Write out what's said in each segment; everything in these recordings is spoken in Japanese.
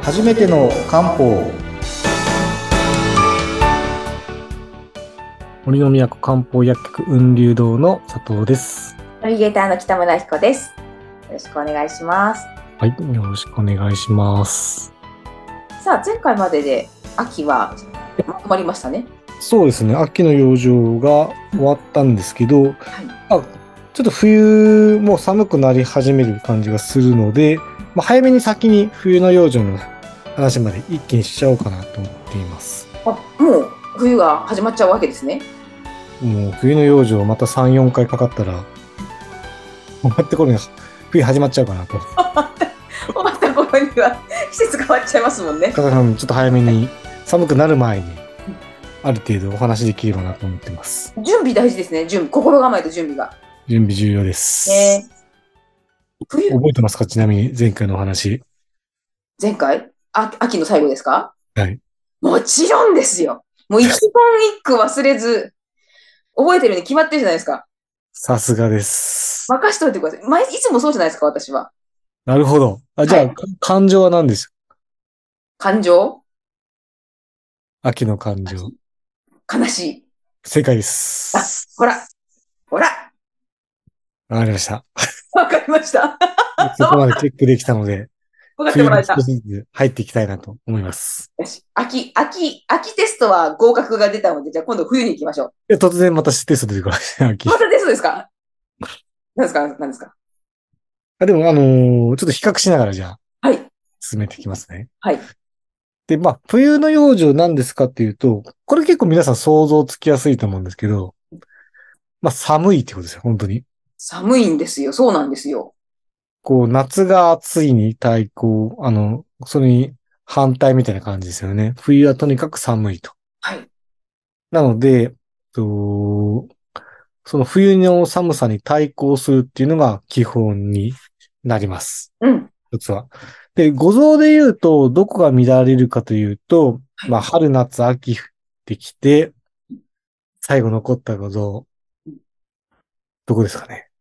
初めての漢方。森の都漢方薬局雲龍堂の佐藤です。 ナビゲーターの北村彦です。よろしくお願いします。 はい、よろしくお願いします。 さあ、前回までで秋はまとまりましたね。 そうですね、秋の養生が終わったんですけど、 はい。 ちょっと冬も寒くなり始める感じがするので、早めに先に冬の養生の話まで一気にしちゃおうかなと思っています。 もう冬が始まっちゃうわけですね。 もう冬の養生また3、4回かかったら、終わって頃に冬始まっちゃうかなと。 終わった頃には季節変わっちゃいますもんね。 だからちょっと早めに寒くなる前にある程度お話できればなと思ってます。 準備大事ですね。心構えと準備が。 準備重要でね、 す。 冬、 覚えてますか？ちなみに前回のお話。 前回秋の最後ですか？ はい。 もちろんですよ。もう一言一句忘れず、覚えてるに決まってるじゃないですか。 さすがです。 任しといてください。いつもそうじゃないですか、私は。 なるほど。じゃあ、 はい。 感情は何です？ 感情、 秋の感情。 悲しい。 正解であ、 す。 ほら、ほら、 わかりました。 わかりました。 そこまでチェックできたので、 分かって冬にもらえた。 少しずつ入っていきたいなと思います。 よし。秋テストは合格が出たので、じゃあ今度冬に行きましょう。 突然またテスト出てくる秋。 またテストですか？何ですか？何ですか？ でも、ちょっと比較しながらじゃあ、 はい。 進めていきますね。 はい。 で、冬の養生なんですかっていうと、これ結構皆さん想像つきやすいと思うんですけど、寒いってことですよ、本当に。 寒いんですよ。そうなんですよ。 夏が暑いに対抗、それに反対みたいな感じですよね。冬はとにかく寒いと。 はい。 なので、とその冬の寒さに対抗するっていうのが基本になります。 うん。 一つは。で、五臓で言うと、どこが乱れるかというと、 はい。 春、夏、秋降ってきて、最後残った五臓、どこですかね。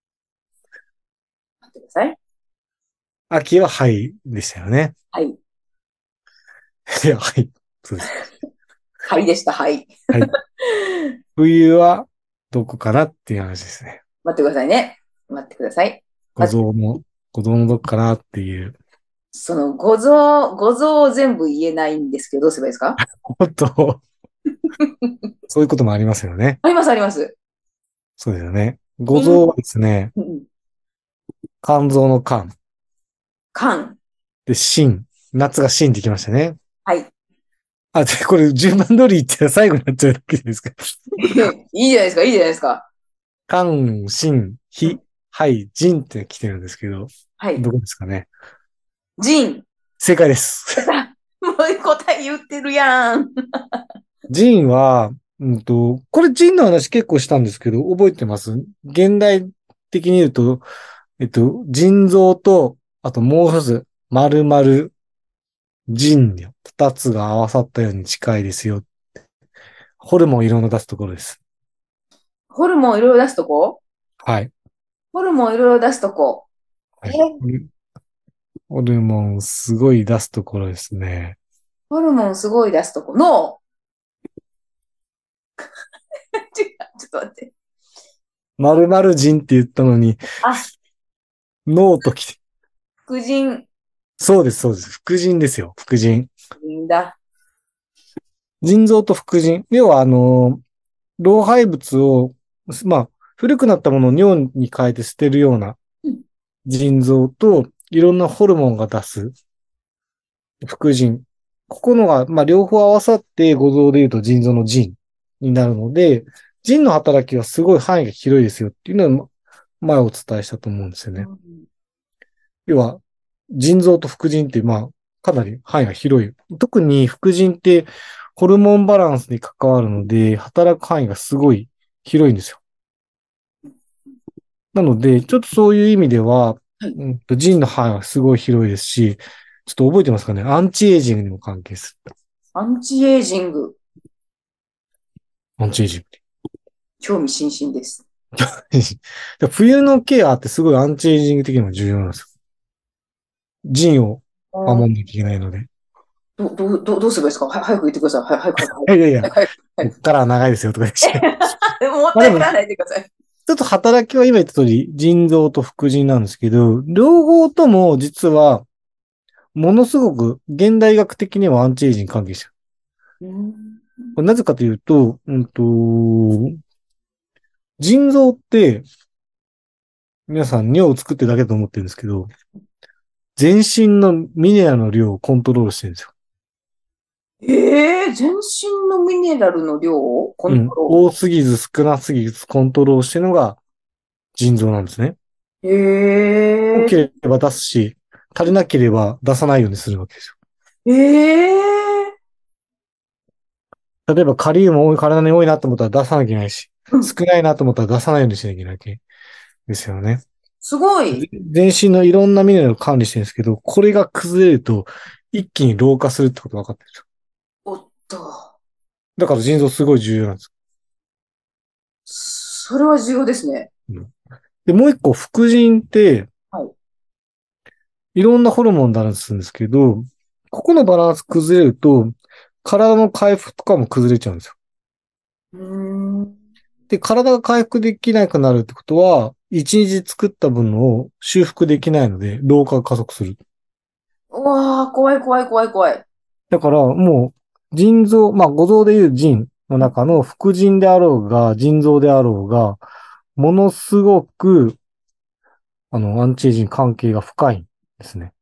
待ってください。 秋は肺でしたよね。 はい。 いや、はい。そうです。 はいでした。はい。 はい。冬はどこかなっていう話ですね。 待ってくださいね。待ってください。 五まず、 臓の、五臓のどこかなっていう。 その五臓を全部言えないんですけど、どうすればいいですか？ もっと、そういうこともありますよね。 あります、あります。 そうですよね。五うん。 臓はですね、 うん。 肝臓の肝。 肝。 で、心。夏が心ってきましたね。 はい。 これ順番通り言ったら最後になっちゃうだけじゃないですか。 いいじゃないですか、いいじゃないですか。 肝、心、脾、 うん。 肺、腎って来てるんですけど、 はい。 どこですかね。 腎。 正解です。 やった。もう答え言ってるやん。 腎は、これ腎の話結構したんですけど、覚えてます？現代的に言うと、腎臓と、あともう一つ、丸々腎の二つが合わさったように近いですよ。ホルモンいろんな出すところです。 ホルモンいろいろ出すとこ？ はい。 ホルモンいろいろ出すとこ。 はい。ホルモンすごい出すところですね。 ホルモンすごい出すとこ。脳。違う、ちょっと待って。 丸々腎って言ったのに、 あ、 脳ときて。 副腎。 そうです、そうです。副腎ですよ。副腎。 腎だ。 腎臓と副腎。要は、老廃物を、古くなったものを尿に変えて捨てるようなうん。 腎臓と、いろんなホルモンが出す副腎。ここのが、両方合わさって五臓で言うと腎臓の腎になるので、腎の働きはすごい範囲が広いですよっていうのは、前お伝えしたと思うんですよね。 うん。 要は、腎臓と副腎って、かなり範囲が広い。特に副腎ってホルモンバランスに関わるので、働く範囲がすごい広いんですよ。なので、ちょっとそういう意味では、 はい。 腎の範囲はすごい広いですし、ちょっと覚えてますかね？アンチエイジングにも関係する。 アンチエイジング。 アンチエイジング。 興味津々です。 冬のケアってすごいアンチエイジング的にも重要なんですよ。腎をうん守んなきゃいけないので。 どうすればいいですか？早く言ってください。早く、早く、 いやいやいや、 早く、早く。 こっからは長いですよとか言って。 でももっまあでも、 たいぶらないでください。 ちょっと働きは今言った通り、腎臓と副腎なんですけど、両方とも実は、ものすごく現代学的にはアンチエイジに関係してる。 うん。 これなぜかというと、腎臓って皆さん尿を作ってるだけだと思ってるんですけど、全身のミネラルの量をコントロールしてるんですよ。 全身のミネラルの量をコントうん。 ロ多すぎず少なすぎずコントロールしてるのが腎臓なんですね。 ール。 多ければ出すし、足りなければ出さないようにするわけですえー、 よ。例えばカリウム体に多いなと思ったら出さなきゃいけないし、 うん、 少ないなと思ったら出さないようにしなきゃいけないわけですよね。 すごい。 全身のいろんなミネラルを管理してるんですけど、これが崩れると一気に老化するってことが分かってるんですよ。 おっと、 だから腎臓すごい重要なんですそれは重要ですね。 よ。うんで、もう一個、副腎ってはい。 いろんなホルモンをバランスするんですけど、ここのバランス崩れると、体の回復とかも崩れちゃうんですよ。 うーん。 で、体が回復できなくなるってことは、一日作った分を修復できないので、老化が加速する。 うわー、怖い怖い怖い怖い。 だからもう、腎臓、まあ、五臓でいう腎の中の副腎であろうが、腎臓であろうが、ものすごく、アンチエイジン関係が深いんですね。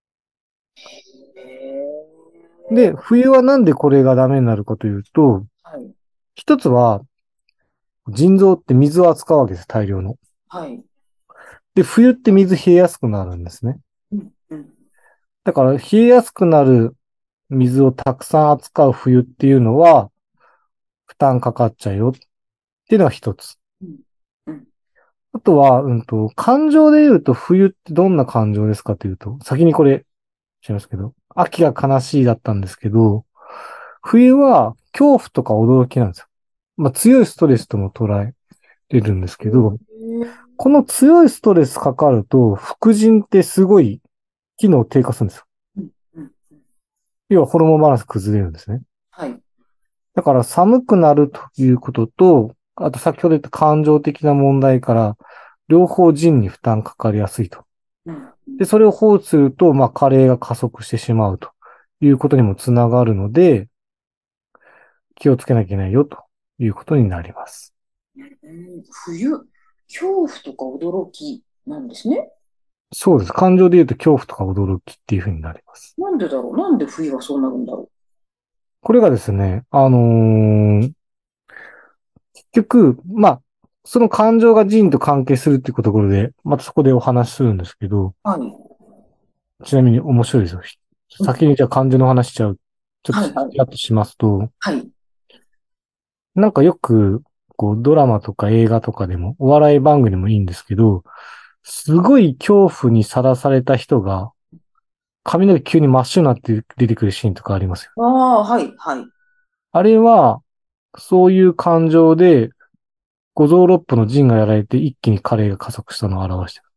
で、 え冬はなんでこれがダメになるかというと、 はい。 一つは、腎臓って水を扱うわけです、大量の。 はい。 で、冬って水冷えやすくなるんですね。 うん、うん。 だから、冷えやすくなる水をたくさん扱う冬っていうのは、負担かかっちゃうよっていうのが一つ。 うん、うん。 あとは、感情で言うと冬ってどんな感情ですかというと、先にこれ、しますけど、秋が悲しいだったんですけど、冬は恐怖とか驚きなんですよ。まあ強いストレスとも捉えれるんですけど、この強いストレスかかると、副腎ってすごい機能低下するんですよ。 うん、うん。 要はホルモンバランス崩れるんですね。 はい。 だから寒くなるということと、あと先ほど言った感情的な問題から、両方腎に負担かかりやすいと。 うん、うで、 ん。 それを放置すると、まあ、加齢が加速してしまうということにもつながるので、気をつけなきゃいけないよということになります。 冬、恐怖とか驚きなんですね。 そうです。感情で言うと恐怖とか驚きっていうふうになります。 なんでだろう、なんで冬はそうなるんだろこれがですね、結局、まあ、その感情が腎と関係するっていうところで、またそこでお話しするんですけど、 う。はい。 ちなみに面白いですよ。 うん、 先にじゃあ感情の話しちゃう。ちょっとはい、はい。 やっとしますと、 はい。 なんかよく、こう、ドラマとか映画とかでも、お笑い番組でもいいんですけど、すごい恐怖にさらされた人が、髪の毛急に真っ白になって出てくるシーンとかありますよ。 ああ、はい、はい。 あれは、そういう感情で、五臓六腑の腎がやられて一気に加齢が加速したのを表している。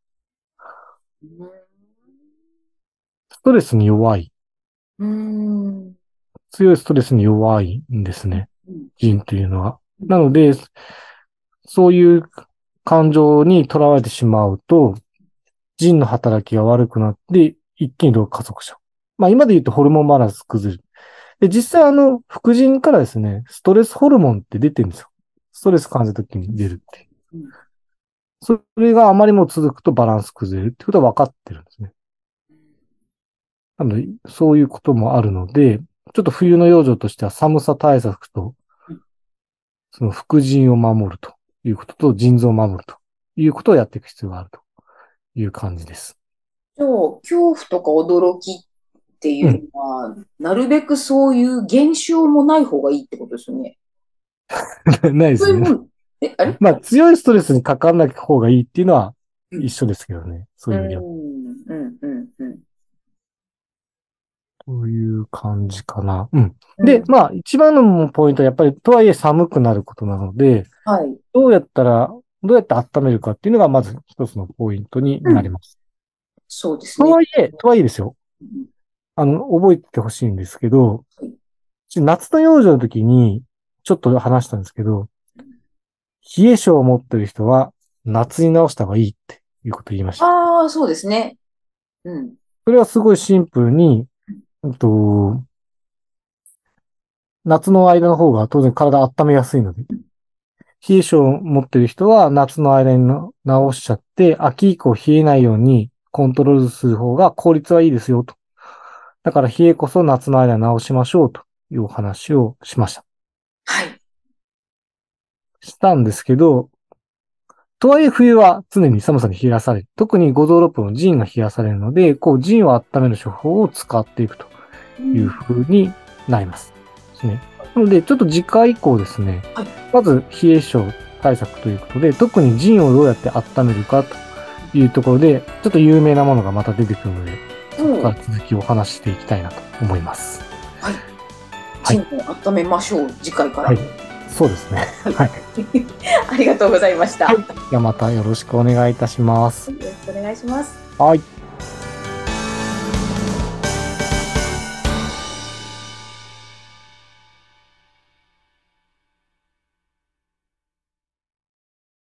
ストレスに弱い。 うーん。 強いストレスに弱いんですうん、 ね。 うん、うん。 腎というのは。 うん、 なので、そういう感情にとらわれてしまうと、腎の働きが悪くなって、一気に老化加速しちゃう。まあ今で言うとホルモンバランス崩れる。で、実際副腎からですね、ストレスホルモンって出てるんですよ。ストレス感じた時に出るっていう。 うん。 それがあまりも続くとバランス崩れるってことは分かってるんですね。なので、そういうこともあるので、ちょっと冬の養生としては寒さ対策と、その副腎を守るということと、腎臓を守るということをやっていく必要があるという感じです。 じゃあ、恐怖とか驚きってうん。 いうのは、なるべくそういう現象もない方がいいってことですよね。 ないですね。 そういうもん、あれ。 まあ、強いストレスにかからなきゃ方がいいっていうのはうん、 一緒ですけどね。そうういう意味では。 ん、うん、うん、うん。 そういう感じかな。うん。で、 うん、 まあ、一番のポイントはやっぱり、とはいえ寒くなることなので、 はい。 どうやって温めるかっていうのがまず一つのポイントにうん。 なります。 そうですね。 とはいえですよ。 覚えててほしいんですけど、夏の養生の時に、ちょっと話したんですけど、冷え性を持ってる人は、夏に治した方がいいっていうことを言いました。 ああ、そうですね。うん。 それはすごいシンプルに、うんと、夏の間の方が当然体温めやすいので、冷え性を持ってる人は夏の間に治しちゃって、秋以降冷えないようにコントロールする方が効率はいいですよと。だから冷えこそ夏の間に治しましょうというお話をしました。 はい。 したんですけど、とはいえ冬は常に寒さに冷やされる。特に五臓六腑の腎が冷やされるので、こう腎を温める処方を使っていくといううん。 風になります。ですね。なので、ちょっと次回以降ですね、 はい。 まず冷え症対策ということで、特に腎をどうやって温めるかというところで、ちょっと有名なものがまた出てくるので、そこからうん。 続きをお話ししていきたいなと思います。 はい。 はい。 腎を温めましょう。次回から。 はい。そうですね。 はい。 はい。 ありがとうございました。 はい。 よではまたよろしくお願いいたします。 ろしくお願いします。 はい。